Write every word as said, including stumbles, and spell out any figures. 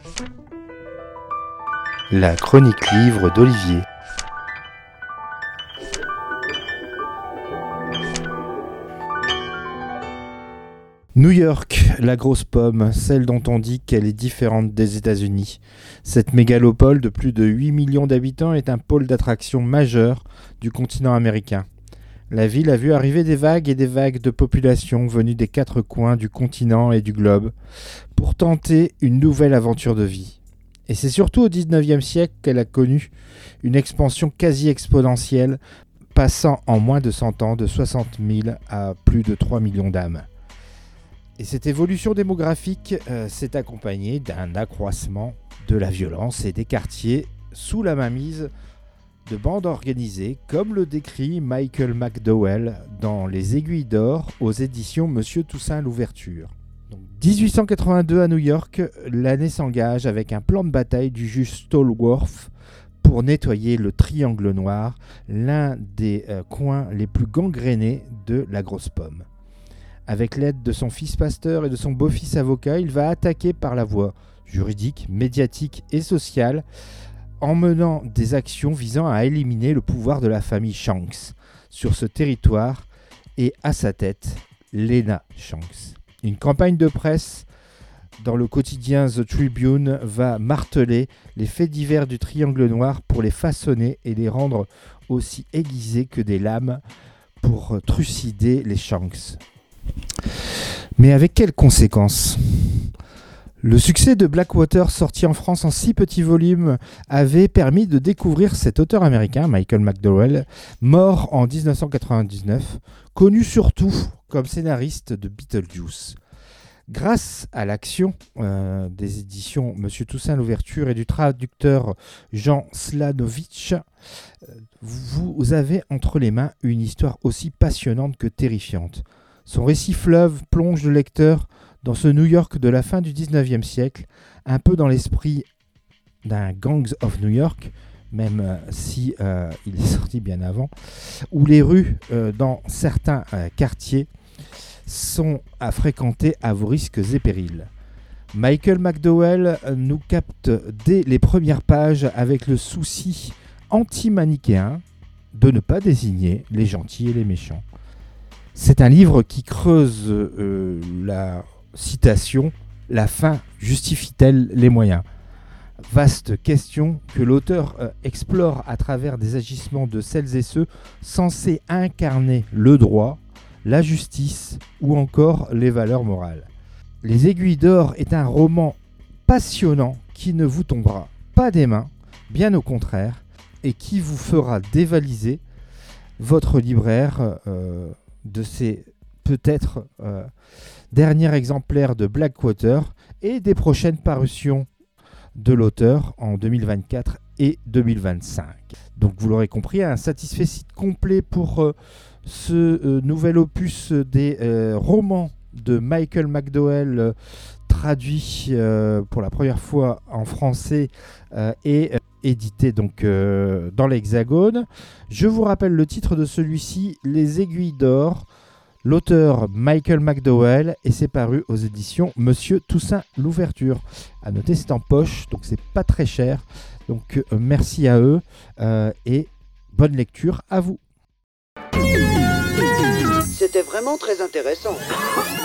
La chronique livre d'Olivier. New York, la grosse pomme, celle dont on dit qu'elle est différente des États-Unis. Cette mégalopole de plus de huit millions d'habitants est un pôle d'attraction majeur du continent américain. La ville a vu arriver des vagues et des vagues de population venues des quatre coins du continent et du globe pour tenter une nouvelle aventure de vie. Et c'est surtout au dix-neuvième siècle qu'elle a connu une expansion quasi exponentielle, passant en moins de cent ans de soixante mille à plus de trois millions d'âmes. Et cette évolution démographique euh, s'est accompagnée d'un accroissement de la violence et des quartiers sous la mainmise de bandes organisées, comme le décrit Michael McDowell dans Les Aiguilles d'Or aux éditions Monsieur Toussaint Louverture. Donc, dix-huit cent quatre-vingt-deux à New York, l'année s'engage avec un plan de bataille du juge Stallworth pour nettoyer le Triangle Noir, l'un des euh, coins les plus gangrénés de la grosse pomme. Avec l'aide de son fils pasteur et de son beau-fils avocat, il va attaquer par la voie juridique, médiatique et sociale, en menant des actions visant à éliminer le pouvoir de la famille Shanks sur ce territoire et à sa tête, Lena Shanks. Une campagne de presse dans le quotidien The Tribune va marteler les faits divers du Triangle Noir pour les façonner et les rendre aussi aiguisés que des lames pour trucider les Shanks. Mais avec quelles conséquences ? Le succès de Blackwater, sorti en France en six petits volumes, avait permis de découvrir cet auteur américain, Michael McDowell, mort en dix-neuf cent quatre-vingt-dix-neuf, connu surtout comme scénariste de Beetlejuice. Grâce à l'action euh, des éditions Monsieur Toussaint Louverture et du traducteur Jean Slanovitch, vous avez entre les mains une histoire aussi passionnante que terrifiante. Son récit fleuve plonge le lecteur dans ce New York de la fin du dix-neuvième siècle, un peu dans l'esprit d'un Gangs of New York, même euh, si euh, il est sorti bien avant, où les rues euh, dans certains euh, quartiers sont à fréquenter à vos risques et périls. Michael McDowell nous capte dès les premières pages avec le souci anti-manichéen de ne pas désigner les gentils et les méchants. C'est un livre qui creuse euh, la citation « La fin justifie-t-elle les moyens ?» Vaste question que l'auteur euh, explore à travers des agissements de celles et ceux censés incarner le droit, la justice ou encore les valeurs morales. Les Aiguilles d'Or est un roman passionnant qui ne vous tombera pas des mains, bien au contraire, et qui vous fera dévaliser votre libraire euh, de ces peut-être euh, derniers exemplaires de Blackwater et des prochaines parutions de l'auteur en deux mille vingt-quatre et deux mille vingt-cinq. Donc vous l'aurez compris, un satisfecit complet pour euh, ce euh, nouvel opus des euh, romans de Michael McDowell euh, traduit euh, pour la première fois en français euh, et euh, édité donc euh, dans l'Hexagone. Je vous rappelle le titre de celui-ci, Les Aiguilles d'Or, l'auteur Michael McDowell, et c'est paru aux éditions Monsieur Toussaint Louverture. À noter, c'est en poche, donc c'est pas très cher. Donc euh, merci à eux euh, et bonne lecture à vous. C'était vraiment très intéressant.